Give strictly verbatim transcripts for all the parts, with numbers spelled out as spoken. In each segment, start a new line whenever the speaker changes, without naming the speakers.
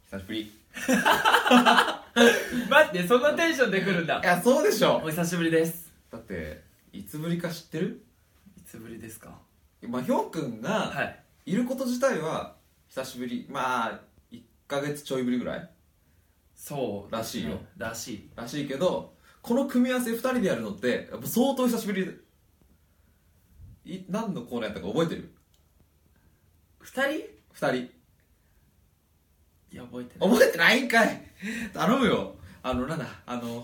久しぶり。
待って、そんなテンションで来るんだ。
いや、そうでしょ。
お久しぶりです。
だっていつぶりか知ってる？
いつぶりですか？
まあひょうくんが
はい
いること自体は久しぶり。まあいっかげつちょいぶりぐらい
そう
らしいよ、
ね、らしい
らしいけど、この組み合わせふたりでやるのってやっぱ相当久しぶりで、い何のコーナーやったか覚えてる？
ふたり？
ふたり
いや、覚えてない。
覚えてないんかい。頼むよ。あのなんだ、あの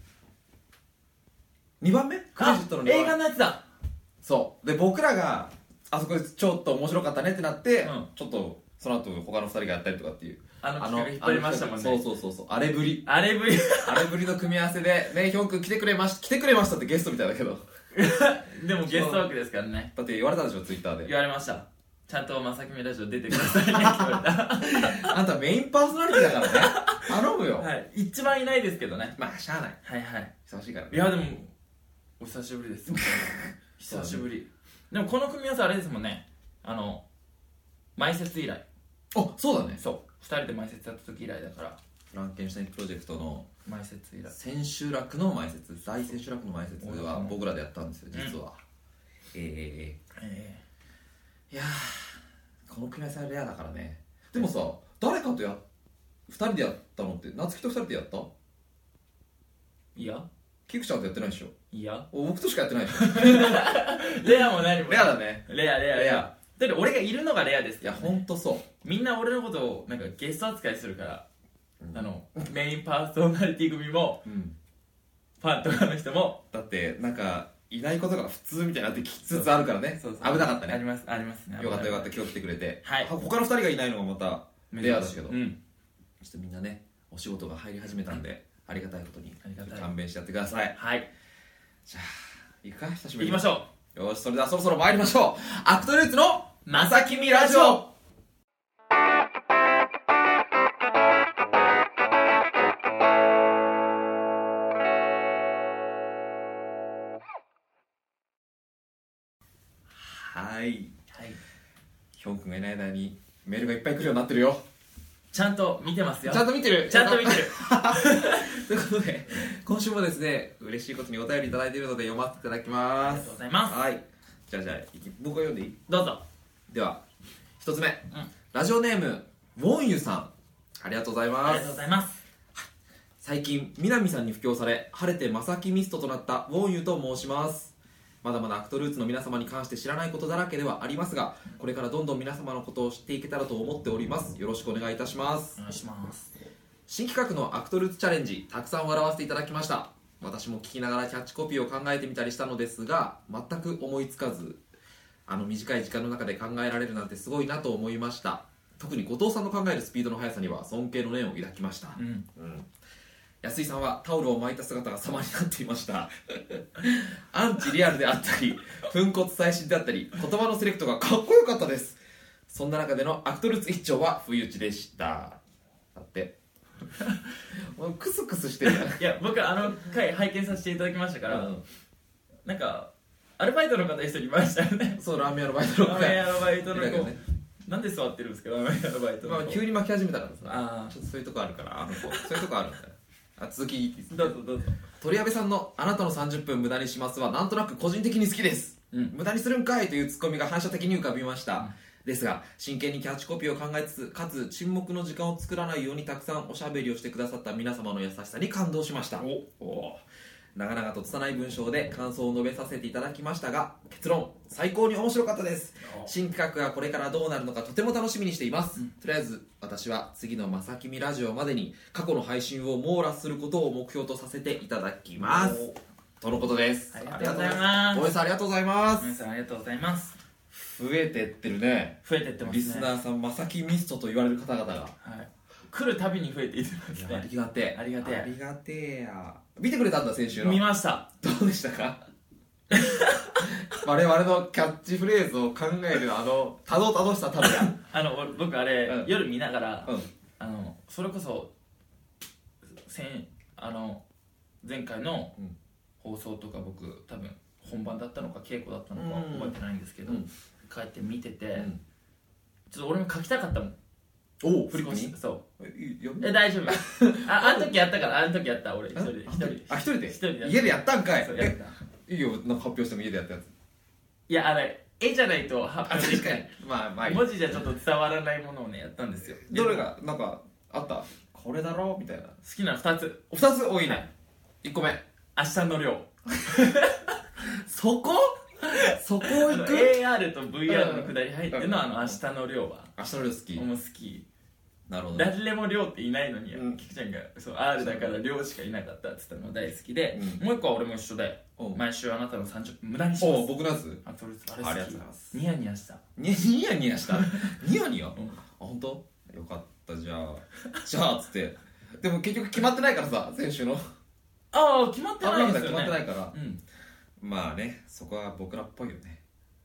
にばんめ、クレジットのにばんめ、
映画のやつだ。
そうで、僕らがあそこでちょっと面白かったねってなって、うん、ちょっとその後他のふたりがやったりとかっていう、
あの企画引っ張りましたもんね。
そうそうそうそう、あれぶり
あれぶり
あれぶりの組み合わせでね、ひょんくん来てくれまし来てくれましたってゲストみたいだけど
でもゲスト枠ですからね。
だって言われたでしょ、ツイッターで。
言われました。ちゃんとまさきみラジオ出てくださいねって言われた。
あんたメインパーソナリティだからね、頼むよ。
はい、一番いないですけどね。
まあしゃあない。
はいはい、
忙しいからね。
いやでもお久しぶりです久しぶり。でもこの組み合わせあれですもんね、あの前説以来。
あ、そうだね。
そう、ふたりで前説やった時以来だから。
フランケンシュタインプロジェクトの
前説以来、
千秋楽の前説、大千秋楽の前説は僕らでやったんですよ、実は。うん、えー、えー、いやー、この組み合わせはレアだからね。でもさ、誰かとやふたりでやったのって、夏希とふたりでやった？
いや、
キクちゃんとやってないでしょ。
いや、
僕としかやってないでしょ。
レアも何も
レアだね。
レアレアレア。だって俺がいるのがレアです、ね、
いやほんとそう。
みんな俺のことをなんかゲスト扱いするから、うん、あのメインパーソナリティ組も、うん、ファンとかの人も。だってなんかいないことが普通みたいになってきつつあるからね。そうそう、危なかったね。 ありますありますね。
よかったよかった、今日来てくれて。
はい、
他のふたりがいないのがまたレアだけど、うん、ちょっとみんなねお仕事が入り始めたんで、うん、ありがたいことに勘弁してやってください。
はい、
じゃあ行くか、久しぶりに。
行きましょ
う。よし、それではそろそろ参りましょう。アクトルーツのまさきみラジオ。はい、はい、ひょんくんがいない間にメールがいっぱい来るようになってるよ。
ちゃんと見てますよ。
ちゃんと見てる。
ちゃんと見てる。
ということで今週もですね、嬉しいことにお便りいただいているので読ませていただきます。
ありがとうございます。
はい、じゃあじゃあ僕が読んでいい？
どうぞ。
では一つ目、うん、ラジオネームウォンユさん、ありがとうございます。
ありがとうございます。
最近南さんに布教され晴れてまさきミストとなったウォンユと申します。まだまだアクトルーツの皆様に関して知らないことだらけではありますが、これからどんどん皆様のことを知っていけたらと思っております。よろしくお願いいたします。
お願いします。
新企画のアクトルーツチャレンジ、たくさん笑わせていただきました。私も聞きながらキャッチコピーを考えてみたりしたのですが、全く思いつかず、あの短い時間の中で考えられるなんてすごいなと思いました。特に後藤さんの考えるスピードの速さには尊敬の念を抱きました。うん、うん、安井さんはタオルを巻いた姿が様になっていましたアンチリアルであったり粉骨最新であったり、言葉のセレクトがかっこよかったです。そんな中でのアクトルーツ一丁は不意打ちでした。だってもうクスクスしてるやん。い
や、僕あの回拝見させていただきましたから、うん、なんかアルバイトの方一人いましたよね。
そう、ラーメン屋のバイトの子。
ラーメン屋のバイトの子、ね、なんで座ってるんですか、ラーメン屋のバイトの子。
まあ、急に巻き始めたからさ、
あ、
ちょっとそういうとこあるから、あの子そういうとこあるんだよ。あ、続きいいですか？
どうぞどうぞ。
鳥矢部さんのあなたのさんじゅっぷん無駄にしますはなんとなく個人的に好きです、うん、無駄にするんかいというツッコミが反射的に浮かびました、うん、ですが真剣にキャッチコピーを考えつつ、かつ沈黙の時間を作らないようにたくさんおしゃべりをしてくださった皆様の優しさに感動しました。おお、長々と拙い文章で感想を述べさせていただきましたが、結論、最高に面白かったです。新企画がこれからどうなるのかとても楽しみにしています、うん、とりあえず私は次のまさきみラジオまでに過去の配信を網羅することを目標とさせていただきますとのことです。
ありがとうございます。
大江さんありがとうございます。
大江さんありがとうございます。
増えてってるね。
増えてってますね。
リスナーさん、まさきミストと言われる方々が、はい、
来るたびに増えていってますね。
ありがてえ、
ありがてえ、
ありがてえや。見てくれたんだ、先週の。
見ました。
どうでしたか？我々のキャッチフレーズを考えるあのたどたどしたたるや
あの僕あれ、うん、夜見ながら、
うん、
あのそれこそ先あの前回の放送とか僕多分本番だったのか稽古だったのか覚えてないんですけど、うん、帰って見てて、うん、ちょっと俺も書きたかったもん。
おおフリップに
少しそう
えや
え大丈夫ああの時やったからあの時やった俺一人で一人で
あ一人で
一人でやった
家でやったんかい
そうやった
えいいよなんか発表しても家でやったやつ
いやあれ絵じゃないと発
あ
表できない
確かにまあまあいい
文字じゃちょっと伝わらないものをねやったんですよ
どれがなんかあったこれだろみたいな
好きなのふたつ
ふたつ多い
は
ねいっこめ
明日の量
そこそこ
あの
行く
エーアール と ブイアール のくだり入ってるのはあの明日の量は
明日の量好き
もう好き
なるほど
誰も量っていないのに、
うん
キクちゃんがそう R だから量しかいなかったって言ったのが大好きで、
うん
もう一個は俺も一緒で
おう
毎週あなたのさんじゅっぷん無駄にし
おう
ます
僕のやつ
あそれあれ好き
ありがとうございます
ニヤニヤした
ニニヤニヤしたニヤニヤあ
うん
本当よかったじゃあじゃあっつってでも結局決まってないからさ先週の
ああ決まって
あ
ないです
決
よね
まってないから
うん
まあねそこは僕らっぽいよね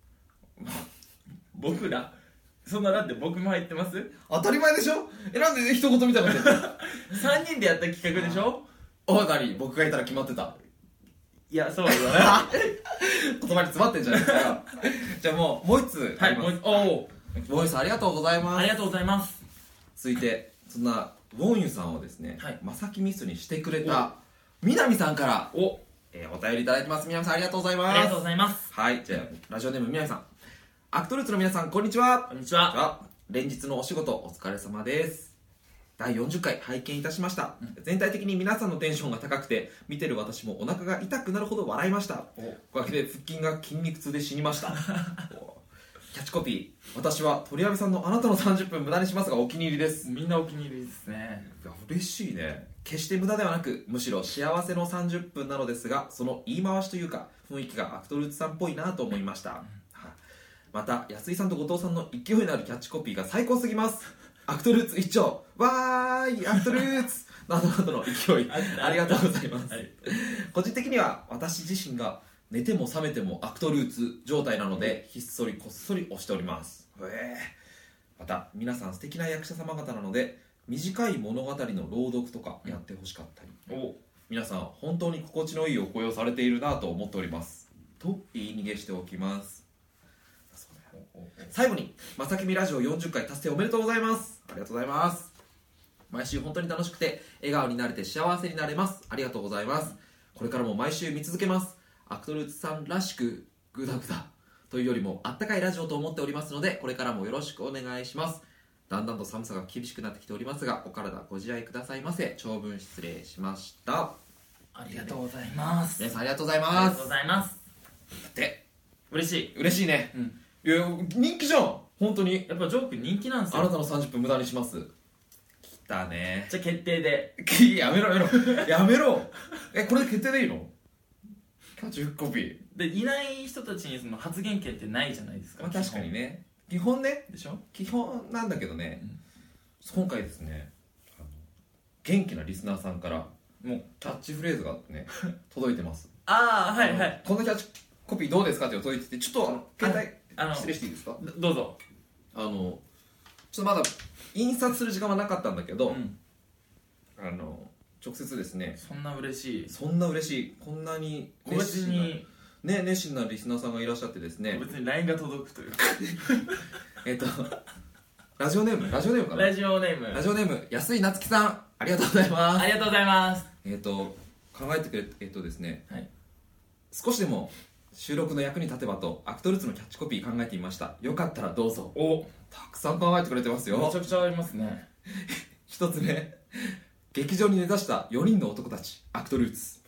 僕らそんなだって僕も入ってます
当たり前でしょえなんで一言みたいなこと言って
さんにんでやった企画でしょ
お何僕がいたら決まってた
いやそうは言わない
言葉に詰まってんじゃないですかじゃあもうもう一つ
はいもうおお
ボイスありがとうございます
ありがとうございます
続いてそんなウォンユさんをですね、
はい
まさきミスにしてくれた南さんから、
お
えーお便りいただいてます。南さんありがとうございます。
ありがとうございます
はい、じゃあラジオネーム南さん、アクトルーツの皆さんこんにちは。
こんにちは
あ連日のお仕事お疲れ様です。だいよんじゅっかい拝見いたしました、うん、全体的に皆さんのテンションが高くて見てる私もお腹が痛くなるほど笑いました。おかげで腹筋が筋肉痛で死にましたキャッチコピー、私は鳥谷さんのあなたのさんじゅっぷん無駄にしますがお気に入りです。
みんなお気に入りですね。
いや嬉しいね。決して無駄ではなくむしろ幸せのさんじゅっぷんなのですが、その言い回しというか雰囲気がアクトルーツさんっぽいなと思いました、うん、また安井さんと後藤さんの勢いのあるキャッチコピーが最高すぎます。アクトルーツ一丁わーいアクトルーツなどなどの勢いありがとうございます、はい、個人的には私自身が寝ても覚めてもアクトルーツ状態なのでひっそりこっそり押しております。へえ。また皆さん素敵な役者様方なので短い物語の朗読とかやってほしかったり、うん、お皆さん本当に心地のいいお声をされているなと思っておりますと言い逃げしておきます。最後にまさきみラジオよんじゅっかい達成おめでとうございます。ありがとうございます。毎週本当に楽しくて笑顔になれて幸せになれます。ありがとうございます。これからも毎週見続けます。アクトルーツさんらしくグダグダというよりもあったかいラジオと思っておりますので、これからもよろしくお願いします。だんだんと寒さが厳しくなってきておりますが、お体ご自愛くださいませ。長文失礼しました。
ありがとうございます。
皆さんありがとうございます。
ありがとうございます。
で
嬉しい
嬉しいね、
うん、
いや人気じゃん本当に。
やっぱジョーク人気なんですよ。
あなたのさんじゅっぷん無駄にします。来たね。
じゃあ決定で
やめろやめろやめろえこれで決定でいいの？キャッチコピー
でいない人たちにその発言権ってないじゃないですか、
まあ、確かにね基本ね
でしょ
基本なんだけどね、うん、今回ですねあの元気なリスナーさんからもうキャッチフレーズがね届いてます。
ああはいはい。
このキャッチコピーどうですかって届いてて、ちょっとあの携帯
あの
失礼していいですか？
どうぞ。
あのちょっとまだ印刷する時間はなかったんだけど、うん、あの直接ですね。
そんな嬉しい
そんな嬉しいこんなに
熱心なに
ね熱心なリスナーさんがいらっしゃってですね、
別に ライン が届くというか
えっとラジオネームラジオネームかな
ラジオネーム
ラジオネーム安井なつきさんありがとうございます。
ありがとうございます。
えっと考えてくれえっとですね、
はい、
少しでも収録の役に立てばとアクトルーツのキャッチコピー考えてみました。よかったらどうぞ。
お
たくさん考えてくれてますよ。
めちゃくちゃありますね
一つ目、劇場に根ざしたよにんの男たちアクトルーツ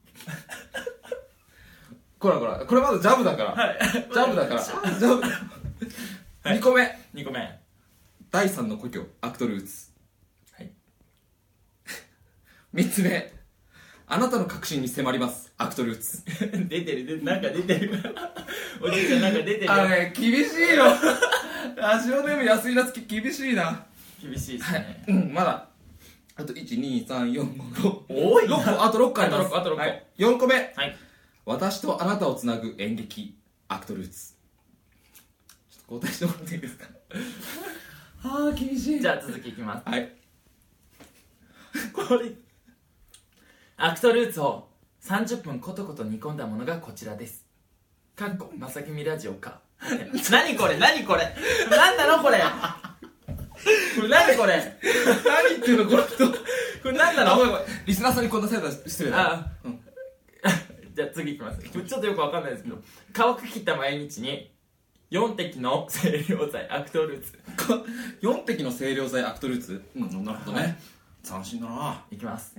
こらこらこれまだジャブだから、はい、ジャブだからジャブ、はい、にこめ
にこめ
だいさんの故郷アクトルーツ、
はい、
みっつめあなたの確信に迫りますアクトルーツ
出てる出てるなんか出てるおじいちゃんなんか出てる
あれ厳しいよラジオネーム安井なつき厳しいな。
厳しいですね、
はい、うんまだあといちにさんよんご
多いな
ろっこあとろっこあります。
あとろっこ、
はい、よんこめ、
はい、
私とあなたをつなぐ演劇アクトルーツ。ちょっと交代してもらっていいですかはあ厳しい。
じゃあ続きいきます。
はい
これアクトルーツをさんじゅっぷんコトコト煮込んだものがこちらです。かっこまさきみラジオか何これ何これ何なのこれこれ何これ
何言ってるのこの人。
これ何なの。
あごめんごめん、リスナーさんにこんなせいだ失礼だ。
あ、
うん、
じゃあ次いきます。ちょっとよくわかんないですけど、乾く切った毎日によん滴の清涼剤アクトルーツ。
よん滴の清涼剤アクトルーツ。うん、なるほどね。斬新だな。
いきます、
うん、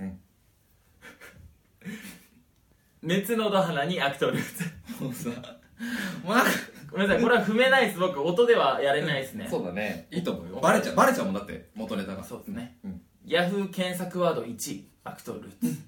熱のど鼻にアクトルーツ。
もうさ、もうなんか
ごめんなさい、これは踏めないです。僕音ではやれないですね。
そうだね、いいと思うよ。バレちゃうバレちゃうもんだって元ネタが。
そうですね、
うん、
ヤフー検索ワードいちいアクトルーツ。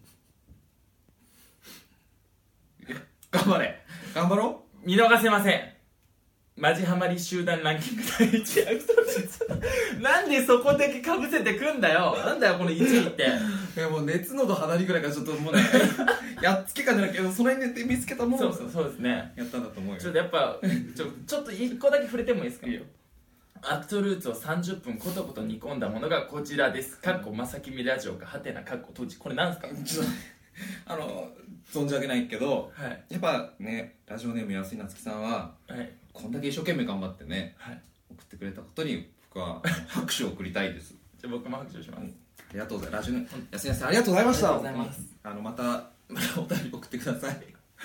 頑張れ、頑張ろ
う。見逃せません。マジハマり集団ランキングだいいちいアクトルーツ。なんでそこだけかぶせてくんだよ。なんだよこのいちいって。
う。いやもう熱のど鼻にぐらいからちょっともうねやっつけかじゃないけど、その辺で見つけたものを
そうそうそうですね。
やったんだと思うよ。
ちょっとやっぱちょちょっといっこだけ触れてもいいですか。いいよ。アクトルーツをさんじゅっぷんコトコト煮込んだものがこちらです。かっこまさきみラジオかはてなかっこ閉じ。これなんすか。
ちょっとあの存じ上げないけど、
はい、
やっぱね、ラジオネーム安井なつきさんは、はい、こんだけ一生懸命頑張ってね、はい、送ってくれたことに僕は拍手を送りたいです。
じゃあ僕も拍手します、うん、
ありがとうございます。ラジオネーム安井さんありがとうございました。
ありがとうございます。
あのまたまたお便り送ってください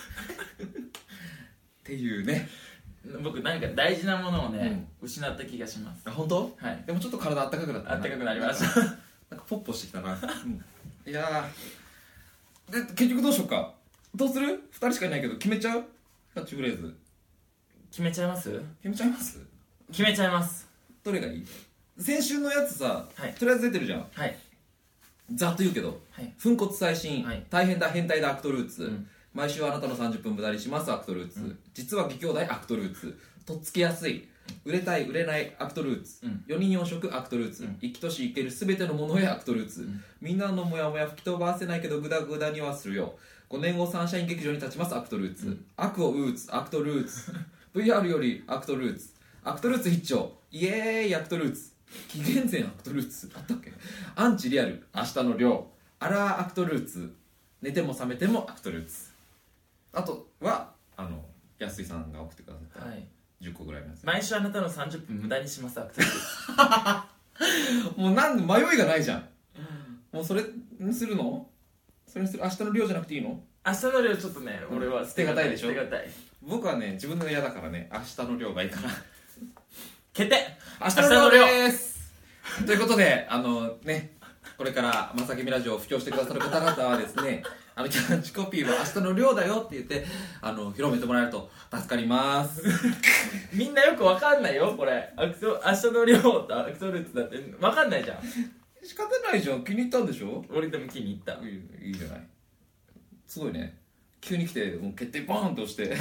っていうね。
僕なんか大事なものをね、うん、失った気がします。
あ、本当？
はい。
でもちょっと体あったかくなった。
あったかくなりました。
なんかポッポしてきたな、うん、いやー、で結局どうしようか。どうする？ふたりしかいないけど決めちゃう？キャッチフレーズ
決めちゃいます？
決めちゃいます
決めちゃいます。
どれがいい？先週のやつさ、
はい、
とりあえず出てるじゃん。
はい。
ざっと言うけど、はい、粉骨最新、はい、大変だ変態だアクトルーツ、うん、毎週あなたのさんじゅっぷん無駄にしますアクトルーツ、うん、実は義兄弟アクトルーツ、とっつきやすい売れたい売れないアクトルーツ、うん、よにんよん食アクトルーツ、うん、生きとし生けるすべてのものへアクトルーツ、うん、みんなのモヤモヤ吹き飛ばせないけどグダグダにはするよ。ごねんごサンシャイン劇場に立ちますアクトルーツ、うん、悪を打つアクトルーツブイアール よりアクトルーツ、アクトルーツ必聴イエーイアクトルーツ、紀元前アクトルーツあったっけ、アンチリアル明日の量アラーアクトルーツ、寝ても覚めてもアクトルーツ。あとはあの安井さんが送ってくださった、はい、じゅっこぐらいのやつ。
毎週あなたのさんじゅっぷん無駄にしますアクトルー
ツもうなんで迷いがないじゃん。もうそれにするの？それにする？明日の量じゃなくていいの？
明日の量ちょっとね、俺は
捨てがたいでしょ。
捨てがたい。
僕はね、自分の嫌だからね、明日の量がいいから
決定。
明日の量ですということで、あのね、これからまさきみラジオを布教してくださる方々はですね、あのキャッチコピーは明日の量だよって言ってあの広めてもらえると助かります
みんなよくわかんないよこれ。アクト明日の量とアクトルーツだってわかんないじゃん。
仕方ないじゃん、気に入ったんでしょ。
俺でも気に入った。
いい、いいじゃない。すごいね、急に来てもう決定バーンと押して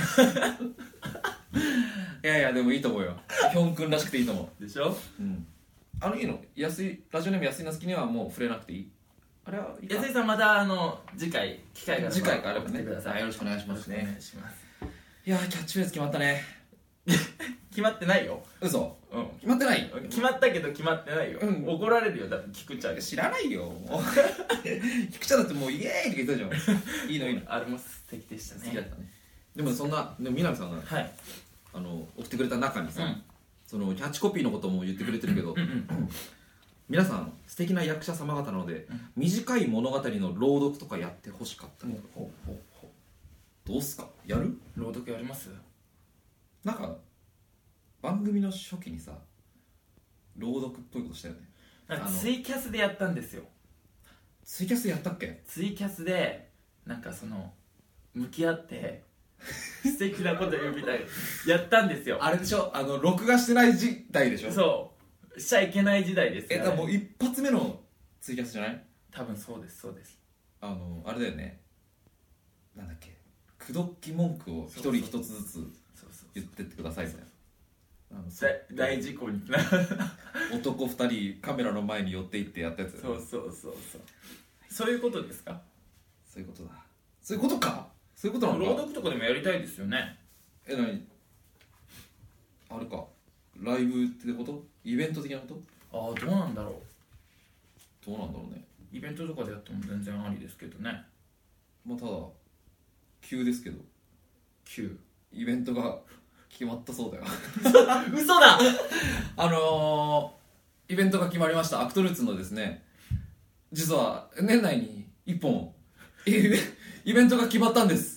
いやいやでもいいと思うよ、ヒョン君らしくていいと思
うでしょ。
うん、あのいいの、安いラジオネーム安いな好きにはもう触れなくていい。あれはいいか。
安井さんまたあの次回機会があれば
次回があればね、
ください。
よろしくお願いしますね。
お願いします。
いやーキャッチフレーズ決まったね
決まってないよ。
嘘。
うん、
決まってない。
決まったけど決まってないよ、うん、怒られるよ。だって菊ちゃん
知らないよ菊ちゃんだってもうイエーイって言ったじゃんいいのいいの
あれも素敵でしたね。
好きだったね。でもそんなでも南さんが、
はい、
あの送ってくれた中にさ、うん、そのキャッチコピーのことも言ってくれてるけど、
うんうんうん、
皆さん素敵な役者様方なので、うん、短い物語の朗読とかやってほしかったけど、うん、ほうほうほうどうすか。やる？
朗読やります？
なんか番組の初期にさ朗読っぽいことしたよね。
なんかツイキャスでやったんですよ。
ツイキャスやったっけ？
ツイキャスでなんかその向き合って素敵なこと言うみたいやったんですよ。
あれでしょ、あの録画してない時代でしょ。
そうしちゃいけない時代ですよね。
え、だからもう一発目のツイキャスじゃない？
多分そうですそうです。
あのあれだよね、なんだっけ、口説き文句を一人一つずつ言ってってくださいみたいな。
大事故に
男ふたりカメラの前に寄っていってやったやつ。
そうそうそうそう。そういうことですか？
そういうことだ。そういうことか。そういうことなのか。
朗読とかでもやりたいですよね。
え、なにあれか、ライブってこと？イベント的なこと？
ああ、どうなんだろ
う。どうなんだろうね。
イベントとかでやっても全然ありですけどね。
まあただ急ですけど。
急
イベントが決まったそうだよ
嘘だ
あのイベントが決まりました。アクトルーツのですね、実は年内にいっぽんイベイベントが決まったんです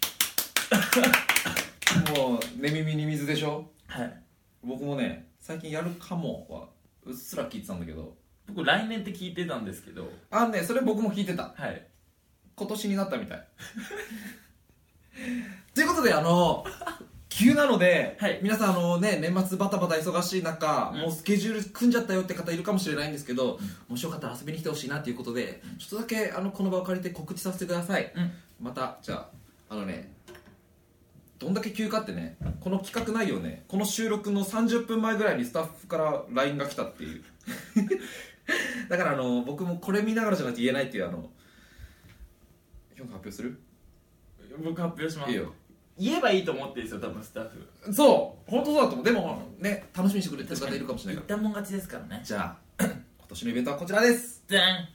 もう寝耳に水でしょ。
はい。
僕もね最近やるかもはうっすら聞いてたんだけど、
僕来年って聞いてたんですけど、
あんねそれ僕も聞いてた。
はい。
今年になったみたいということであの急なので、
はい、
皆さんあのね年末バタバタ忙しい中、
うん、
もうスケジュール組んじゃったよって方いるかもしれないんですけど、うん、もしよかったら遊びに来てほしいなということで、うん、ちょっとだけあのこの場を借りて告知させてください、うん、またじゃああのねどんだけ急かってね、この企画内容ね、この収録のさんじゅっぷんまえぐらいにスタッフから ライン が来たっていうだからあの僕もこれ見ながらじゃなくて言えないっていう、あのヒョン発表する？
僕発表します。
いいよ。
言えばいいと思ってるんですよ、多分スタッフ。
そう本当そうだと思う。でもね楽しみにしてくれてる方いるかもしれないから、
言ったもん勝ちですからね。
じゃあ今年のイベントはこちらです。
じゃん。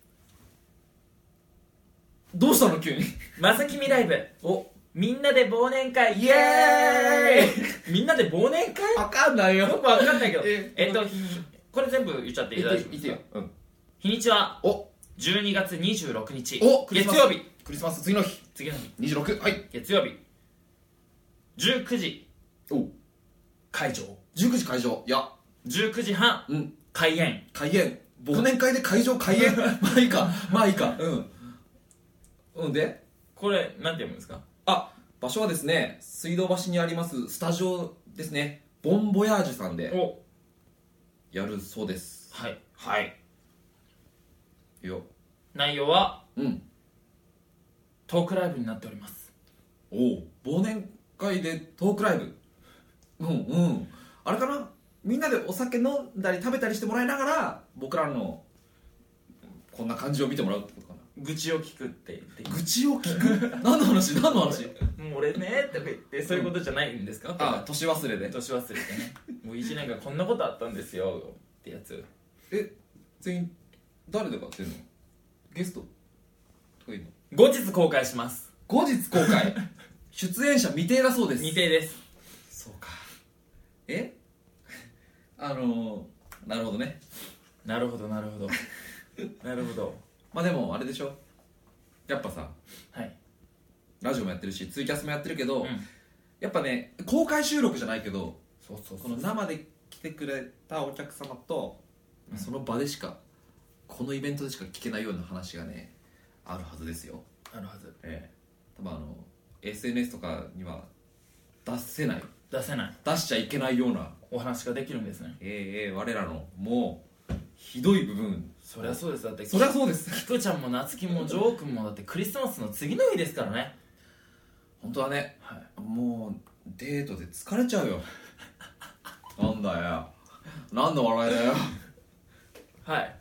どうしたの急に
まさきみライブ、
お
みんなで忘年会
イエ
ーイみんなで忘年会
わかんないよ。
僕わかんないけど
え
えっとこれ全部言っちゃっていいですか？
言ってよ、うん、
日にちは
お
じゅうにがつにじゅうろくにち、
お
月曜日、
クリスマス次の日、
次の日
にじゅうろく、はい
月曜日じゅうくじ
お
会場、
じゅうくじ会場、いや
じゅうくじはん、うん、開演
開演、忘年会で会場開演まあいいかまあいいか、うんうんで
これなんて読むんですか？
あ、場所はですね水道橋にありますスタジオですね、ボンボヤージュさんでやるそうです。
はい
はいよ。
内容は
うん
トークライブになっております。
おお、忘年会でトークライブ、うんうん、あれかな、みんなでお酒飲んだり食べたりしてもらいながら僕らのこんな感じを見てもらうってことかな。
愚痴を聞くって言って、
愚痴を聞く何の話何の話
もう俺ねとか言ってそういうことじゃないんですか？うん、
あ、年忘れで
年忘れてねもういちねんかんこんなことあったんですよってやつ。
え、全員誰でかってんの？ゲストとかいいの？
後日公開します。
後日公開出演者未定だそうです。
未定です。
そうか。えあのー、なるほどね。
なるほどなるほどなるほど。
まあでもあれでしょ、やっぱさ、
はい、
ラジオもやってるしツイキャスもやってるけど、うん、やっぱね公開収録じゃないけど、
そうそうそうそう、
この生で来てくれたお客様と、うん、その場でしか、このイベントでしか聞けないような話がねあるはずですよ。
あるはず。
ええ、多分あの エスエヌエス とかには出せない、
出せない、
出しちゃいけないような
お話ができるんですね。
ええ我らのもうひどい部分。
そりゃそうです。だって
そりゃそうです。
キクちゃんも夏希もジョー君もだってクリスマスの次の日ですからね。
本当はね、
はい、
もうデートで疲れちゃうよなんだよ、何の笑いだよ
はい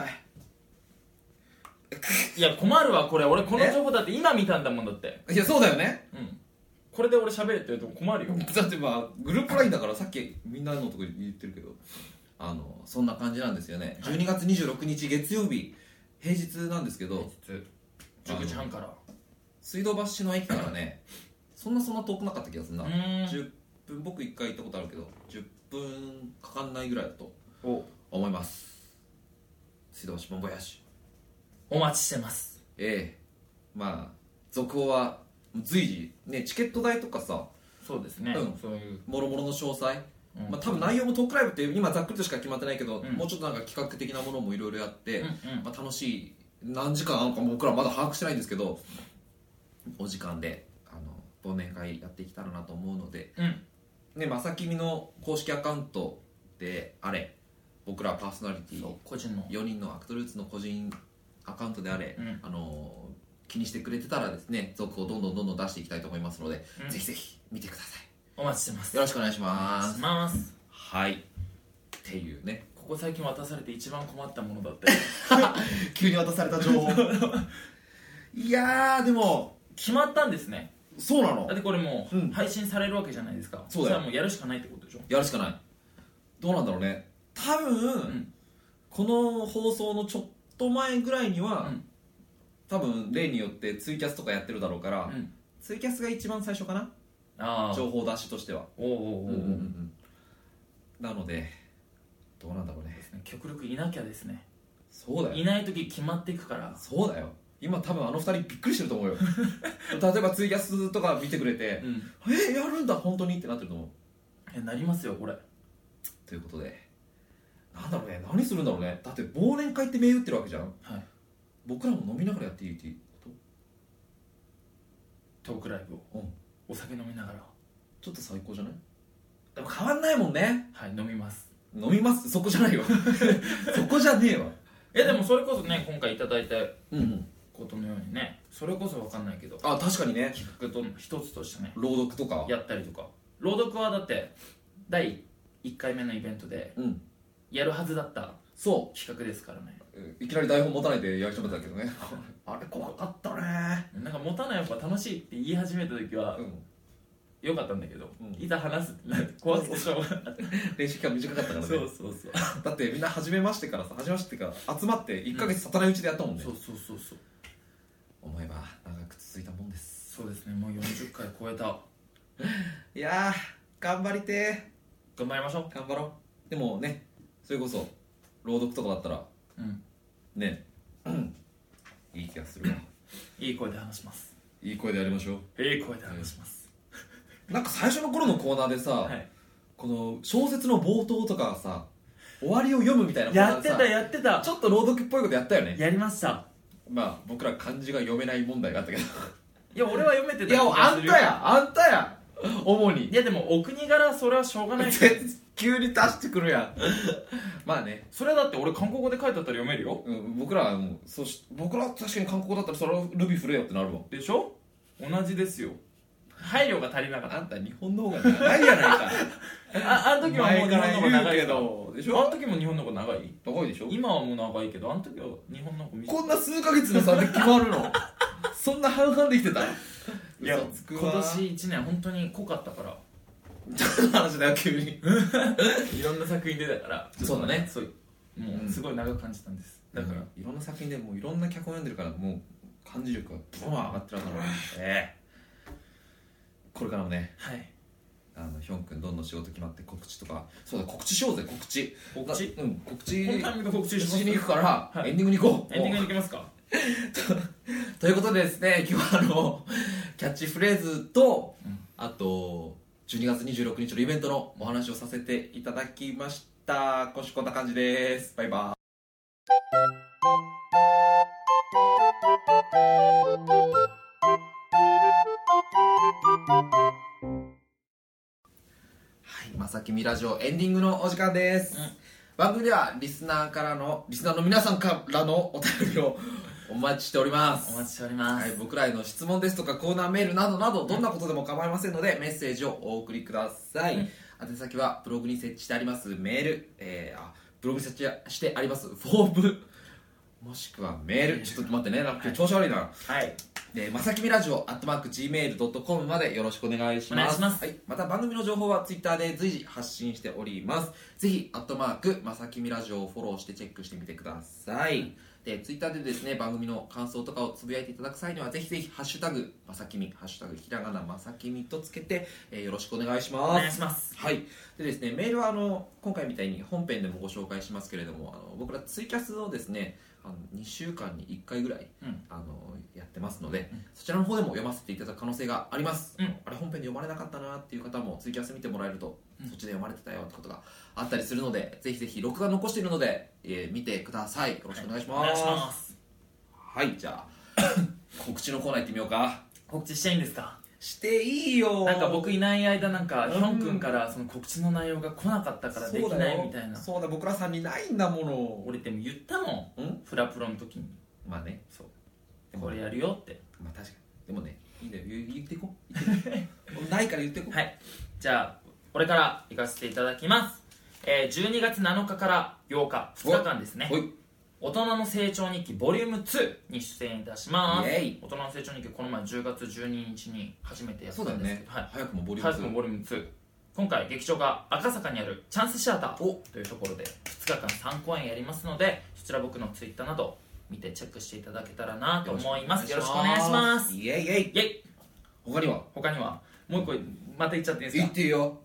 はい
いや困るわこれ。俺この情報だって今見たんだもん。だって
いやそうだよね、
うん、これで俺喋れって言うと困るよ。
だってまあグループラインだからさっきみんなのとこ言ってるけど、あのそんな感じなんですよね。じゅうにがつにじゅうろくにち月曜日、平日なんですけど、
平日じゅうくじはんから
水道橋の駅からねそんなそんな遠くなかった気がするな。じゅっぷん、僕いっかい行ったことあるけどじゅっぷんかかんないぐらいだと思います。水道橋ボンボヤージ
ュお待ちしてます。
ええ、まあ続報は随時ね、チケット代とかさ、
そうですね、
うん、
そういう
もろもろの詳細、
うん、
まあ、多分内容もトークライブって今ざっくりとしか決まってないけど、
うん、
もうちょっとなんか企画的なものもいろいろやって、
うんうん、ま
あ、楽しい何時間あるか僕らまだ把握してないんですけど、お時間であの忘年会やっていけたらなと思うので、
うん
ね、まさきみの公式アカウントであれ、僕らパーソナリティ
個人の
よにんのアクトルーツの個人アカウントであれ、
うん、
あの気にしてくれてたらですね、続報をどんどんどんどん出していきたいと思いますので、うん、ぜひぜひ見てください。
お待ちしてます。
よろしくお願いします。
お願いします。
はいっていうね、
ここ最近渡されて一番困ったものだった
急に渡された情報いやーでも
決まったんですね。
そうなの。
だってこれもう配信されるわけじゃないですか、うん、そうだよ。それはもうやるしかないってことでしょ。
やるしかない。どうなんだろうね。多分、うん、この放送のちょっと前ぐらいには、うん、多分例によってツイキャスとかやってるだろうから、うん、ツイキャスが一番最初かな、あ情報出しとしては。
おうおうおう、うんうんうん、
なのでどうなんだろうね。
極力いなきゃですね。
そうだよ。
いない時決まっていくから。
そうだよ。今多分あのふたりびっくりしてると思うよ例えばツイキャスとか見てくれて、うん、えやるんだ本当にってなってると思う。
えなりますよこれ。
ということでなんだろうね、何するんだろうね。だって忘年会って銘打ってるわけじゃん、はい、僕らも飲みながらやっていいってこと
トークライブを、うん、お酒飲みながら
ちょっと最高じゃない？でも変わんないもんね。
はい、飲みます
飲みますそこじゃないよそこじゃねえわ。
えでもそれこそね今回いただいたことのようにね、それこそ分かんないけど、
あ確かにね、
企画と一つとしてね
朗読とか
やったりとか。朗読はだってだいいっかいめのイベントでやるはずだった
そう
企画ですからね。
いきなり台本持たないでやりそうだったけどねあれ怖かったね。
なんか持たない方が楽しいって言い始めた時は、うんよかったんだけど、うん、いざ話すってなって怖くてしょうがない
練習期間短かったからね。
そうそうそう
だってみんな初めましてからさ初めましてから集まっていっかげつ経たないうちでやったもんね、
うん、そうそうそうそう
思えば長く続いたもんです。
そうですね、もうよんじゅっかい超えた
いやー頑張りて
ー頑張りましょう。
頑張ろう。でもねそれこそ朗読とかだったらうんねうんいい気がするわ
いい声で話します。
いい声でやりましょう。
いい声で話します、
なんか最初の頃のコーナーでさ、はい、この小説の冒頭とかさ終わりを読むみたいなコーナーでさ
やってたやってた
ちょっと朗読っぽいことやったよね。
やりました。
まあ僕ら漢字が読めない問題があったけど
いや俺は読めてた。
いやあんたやあんたや主に。
いやでもお国柄それはしょうがない
急に出してくるやんまあね
それはだって俺韓国語で書いてあったら読めるよ、
うん、僕らはもうそし僕らは確かに韓国語だったらそれはルビ振れよってなるわ
でしょ。同じですよ。配慮が足りなかった。
あんた日本の方が長いやないか
あ, あの時はもう日本の方が長いけど
でしょ。
あの時も日本の方が長い
長いでしょ。
今はもう長いけどあの時は日本の方が
こんな数ヶ月の差で決まるのそんな半々できてた。い
や今年いちねん本当に濃かったから
何の話だよ急に
いろんな作品出たから
そうだね。
そうもうすごい長く感じたんです、
うん、だからいろんな作品でもういろんな脚本読んでるからもう漢字力がブワー上がってるんだろうねええこれからもね、はい、あのヒョン君どんどん仕事決まって告知とかそうだ告知しようぜ告知
告知
うん告知
このタイミングで告知し
に行くから、はい、エンディングに行こう。
エンディングに行きますか
と, ということでですね今日はあのキャッチフレーズと、うん、あとじゅうにがつにじゅうろくにちのイベントのお話をさせていただきました。今週こんな感じです。バイバーイ。はい、まさきみラジオエンディングのお時間です、うん、番組ではリスナーからのリスナーの皆さんからのお便りをお待ちしております。
お待ちしております、
はい、僕らへの質問ですとかコーナーメールなどなどどんなことでも構いませんので、うん、メッセージをお送りください、うん、宛先はブログに設置してありますメール、えー、あブログに設置してありますフォームもしくはメール、ちょっと待ってね、なんか調子悪いな。はい。で、まさきみラジオアットマーク ジーメールドットコム までよろしくお願いします。お願いします。はい。また番組の情報はツイッターで随時発信しております。ぜひアットマークまさきみラジオをフォローしてチェックしてみてください。で、ツイッターでですね、番組の感想とかをつぶやいていただく際にはぜひぜひハッシュタグまさきみ、ハッシュタグひらがなまさきみとつけて、えー、よろしくお願いします。お
願いします。
はい。でですね、メールはあの今回みたいに本編でもご紹介しますけれども、あの僕らツイキャスをですね。あのにしゅうかんにいっかいぐらい、うん、あのやってますので、うん、そちらの方でも読ませていただく可能性があります、うん、あれ本編で読まれなかったなっていう方もツイキャス見てもらえると、うん、そっちで読まれてたよってことがあったりするのでぜひぜひ録画残しているので、えー、見てください。よろしくお願いします。
はい、お願いします。
はい、じゃあ告知のコーナー行ってみようか。
告知していいんですか？
していいよ。
なんか僕いない間なんかヒョン君からその告知の内容が来なかったからできないみたいな。
そうだ、僕らさんにないんだもの。
俺でも言ったもん、んフラプロの時に。まあね、そうこれやるよって。
まあ確かに。でもね、いいんだよ、言っていこう。ないから言っていこう。
はい、じゃあこれから行かせていただきます。えー、じゅうにがつなのかからようかふつかかんですね。大人の成長日記ボリュームツーに出演いたします。大人の成長日記この前じゅうがつじゅうににちに初めてやったんですけど、ね、はい、
早くもボリュームツー。
早くもボリュームツー。今回劇場が赤坂にあるチャンスシアターというところでふつかかんさんこうえんやりますので、そちら僕のツイッターなど見てチェックしていただけたらなと思います。よろしくお願いします。
イエイイエイイエイ。他には
他にはもう一個また言っちゃっていいですか？
言っていいよ。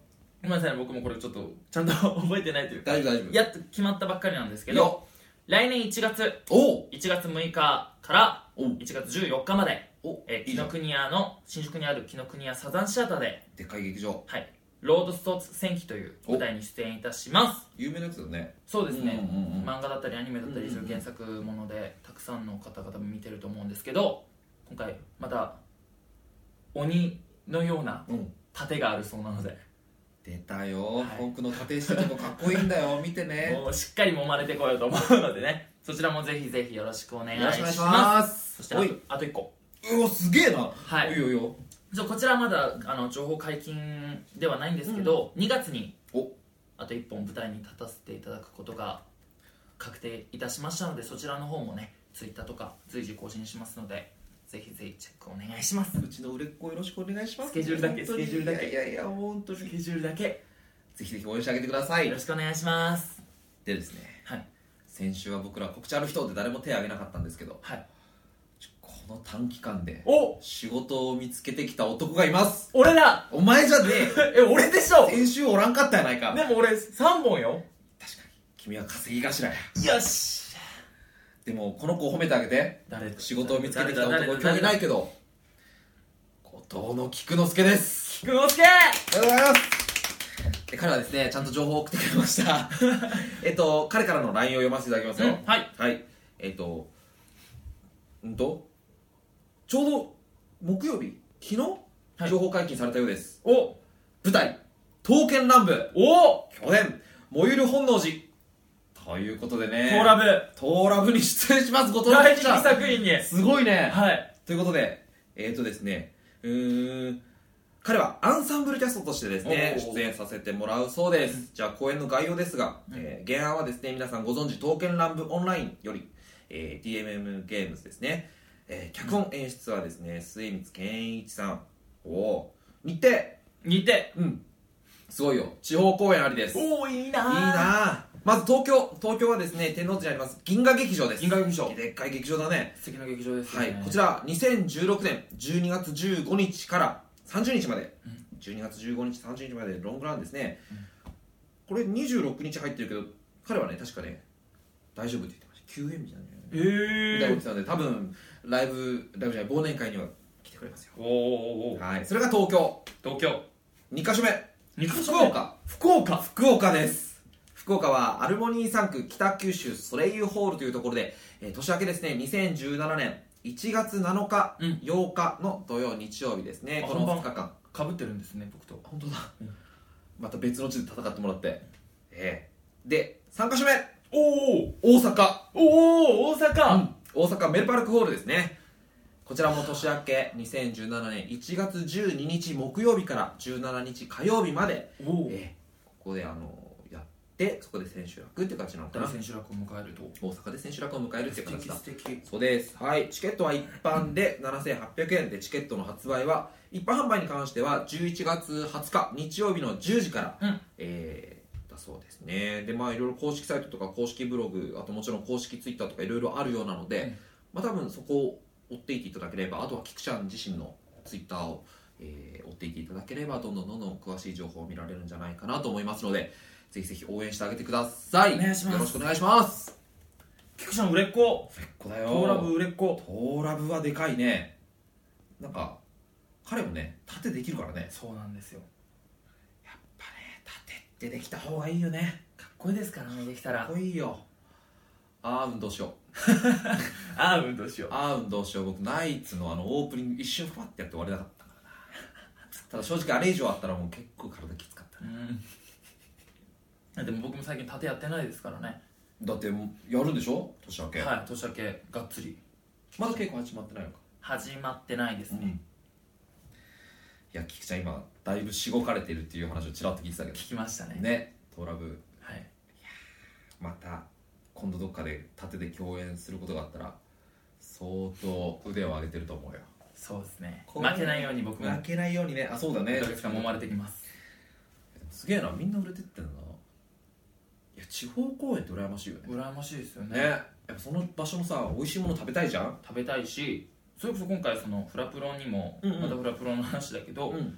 ごめんなさいね、僕もこれちょっとちゃんと覚えてないというか、
大丈夫大丈夫。
やっと決まったばっかりなんですけど、来年いちがつ
お
いちがつむいかから
お
いちがつじゅうよっかまで、
お
えー、紀
いいじゃん。
ノ国屋の新宿にある紀ノ国屋サザンシアターで、
でっかい劇場。
はい、ロードストーツ戦記という舞台に出演いたします。
有名なやつだね。
そうですね、
うんうんうん
漫画だったりアニメだったりする原作ものでたくさんの方々も見てると思うんですけど、今回また鬼のような
うん。
盾があるそうなので、
出たよ、
はい
僕の縦してとこかっこいいんだよ、見てね。
もうしっかり揉まれてこようと思うのでね、そちらもぜひぜひよろしくお願いします。
よろしくお願いします。
そしてあと
おい
あといっこ、
うわ、すげえな。
はい
いいよいいよ。
ちょこちらまだあの情報解禁ではないんですけど、にがつに
お
あといっぽん舞台に立たせていただくことが確定いたしましたので、そちらの方もねツイッターとか随時更新しますので、ぜひぜひチェックお願いします。
うちの売れっ子よろしくお願いします。
スケジュールだけ
本当に
スケジュールだけ
いやいやいや、本当に
スケジュールだけ
ぜひぜひ応援してあげてください。
よろしくお願いします。
でですね、
はい
先週は僕ら告知ある人で誰も手を挙げなかったんですけど、
はい
ちょこの短期間で
お
仕事を見つけてきた男がいます。
俺だ
お前じゃねえ
え俺でしょ
先週おらんかったやないか。
でも俺さんぼんよ。
確かに君は稼ぎ頭や。
よし、
でもこの子を褒めてあげて。
誰
仕事を見つけてきた
誰だ
男興味ないけど、後藤の菊之助です。
菊之助。
ありがとうございます。で彼はですね、ちゃんと情報を送ってくれましたえっと彼からの ライン を読ませていただきますよ、
うんはい
はいえっとうんとちょうど木曜日昨日、
はい
情報解禁されたようです。
お
舞台刀剣乱舞
お
去年燃ゆる本能寺ということでね、
トーラブ
トーラブに出演します。後藤
大人気
のさん
作品に。
すごいね。
はい
ということでえっとですねうーん彼はアンサンブルキャストとしてですね
おー
出演させてもらうそうです、
うん、
じゃあ公演の概要ですが、
うん
えー原案はですね皆さんご存知刀剣乱舞オンラインより、えー、ディーエムエム ゲームズですね、えー脚本演出はですね末光健一さん。おお日程
似て
うんすごいよ、地方公演ありです。いい
おーいいなー
なまず東京東京はですね天王寺にあります銀河劇場です。
銀河劇場
でっかい劇場だね。
素敵な劇場ですね。
はい、こちらにせんじゅうろくねんじゅうにがつじゅうごにちからさんじゅうにちまで、
うん
じゅうにがつじゅうごにちさんじゅうにちまでロングランですね、
うん
これにじゅうろくにち入ってるけど彼はね確かね大丈夫って言ってました。休演日なんじゃない
えー
みたいなこと言ってたので多分ライブライブじゃない忘年会には来てくれますよ。
おーおーおー
はい、それが東京。
東京
にかしょめ
にかしょめ
福岡
福岡
福岡です。福岡はアルモニーさんく北九州ソレイユホールというところで、えー年明けですねにせんじゅうななねんいちがつなのか、
うん
ようかの土曜日曜日ですね。
あ
このふつかかん
かぶってるんですね僕と。
本当だ、
うん
また別の地で戦ってもらって、ええでさんかしょめ
おお
大阪、
おお大阪、
うん大阪メルパルクホールですね。こちらも年明けにせんじゅうななねんいちがつじゅうににち木曜日からじゅうしちにち火曜日まで、
おお
ええここであのやってそこで千秋楽っていう形なのかな。
大千秋楽を迎えると。
大阪で千秋楽を迎えるっていう形だ。
素敵素敵。
そうです。はい。チケットは一般でななせんはっぴゃくえんで、チケットの発売は一般販売に関してはじゅういちがつはつか日曜日のじゅうじから、
うん
えー、だそうですね。でまあいろいろ公式サイトとか公式ブログ、あともちろん公式ツイッターとかいろいろあるようなので、
うん
まあ多分そこを追っていっていただければ、あとはキクちゃん自身のツイッターを、えー追っていっていただければどんどんどんどん詳しい情報を見られるんじゃないかなと思いますので、ぜひぜひ応援してあげてください。
お願いします
よろしくお願いします。
菊ちゃん売れっ子。
結構だよ。
トーラブ売れっ子。
トーラブはでかいね。なんか彼もね盾できるからね。
そうなんですよ。
やっぱね盾ってできた方がいいよね。
かっこいいですからね、できたら。
かっこいいよ。あーうんどうしよう
あーうんどうしよう。
あーうんどうしよう。僕ナイツのあのオープニング一瞬パッてやって終わりなかったからな。ただ正直あれ以上あったらもう結構体きつかったね。
うん。でも僕も最近盾やってないですからね。
だってもうやるんでしょ年明け。
はい、年明けがっつり
まだ稽古始まってないのか。
始まってないですね。
いやキクちゃん今だいぶしごかれてるっていう話をちらっと聞いてたけど
聞きましたね。
ね。トーラブ
はい。
また今度どっかで盾で共演することがあったら相当腕を上げてると思うよ。
そうですね。
こう
負けないように僕も
負けないようにね。あそうだね。
いっかげつかん揉まれてきます。
すげえな、みんな売れてってんだな。いや地方公演って羨ましいよね。
羨ましいですよね。
ねやっぱその場所のさ美味しいもの食べたいじゃん。
食べたいし、それこそ今回そのフラプロにも、
うんうん
またフラプロの話だけど、
うん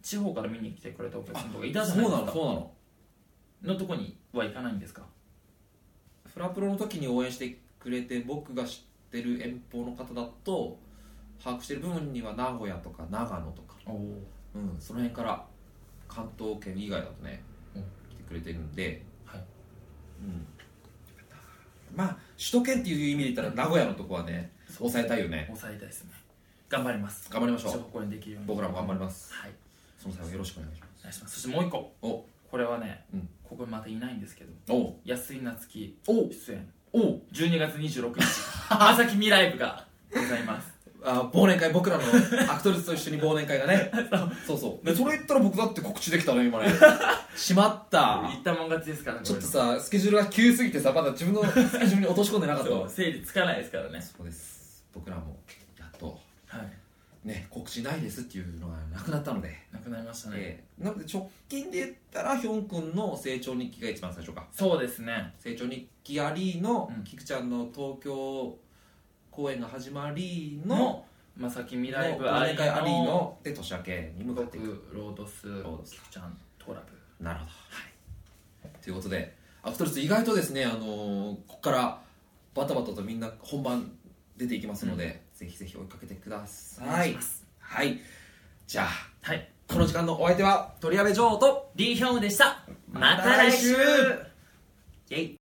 地方から見に来てくれたお客さんとかいたじゃ
そう
ないですか。
なのそうなの
のとこには行かないんですか？
フラプロの時に応援してくれて僕が知ってる遠方の方だと把握してる部分には名古屋とか長野とか、
おお、
うん、その辺から関東圏以外だとね、
うん、
来てくれてるんで、
はい、
うん、まあ首都圏っていう意味で言ったら名古屋のとこはね抑えたいよね。
抑えたいですね。頑張ります。
頑張りましょう。
公演できるように
僕らも頑張ります。
はい、
その際はよろしくお願いします。
お願いします。そしてもう一個、
お
これはね、
うん、
ここまたいないんですけど、
お
安井夏樹
お
出演
お
じゅうにがつにじゅうろくにちまさきみライブがございます。
あ、忘年会、僕らのアクトルズと一緒に忘年会がねそうそうで、それ言ったら僕だって告知できたね今ねしまった
言ったもん勝ちですからね。
ちょっとさ、スケジュールが急すぎてさ、まだ自分のスケジュールに落とし込んでなかったわ。
整理つかないですからね。
そうです。僕らもやっと、
はい、
ね、告知ないですっていうのがなくなったので。
なくなりましたね。
えー、なので直近で言ったらヒョン君の成長日記が一番最初か。
そうですね。
成長日記ありの、
うん、
キクちゃんの東京公演が始まりの、
のまさきみライブあり
の忘年会あり
の
ので年明けに向かっていく。
ロードス
ロードス
キクちゃんトラブ。
なるほど。はい。ということで、アクトルズ意外とですね、あのー、ここからバタバタとみんな本番出ていきますので、うん、ぜひぜひ追いかけてください。
お願いします。
はい。じゃあ、
はい、
この時間のお相手は鳥矢部女王と
リーヒョンウでした。
また来週。
イェイ。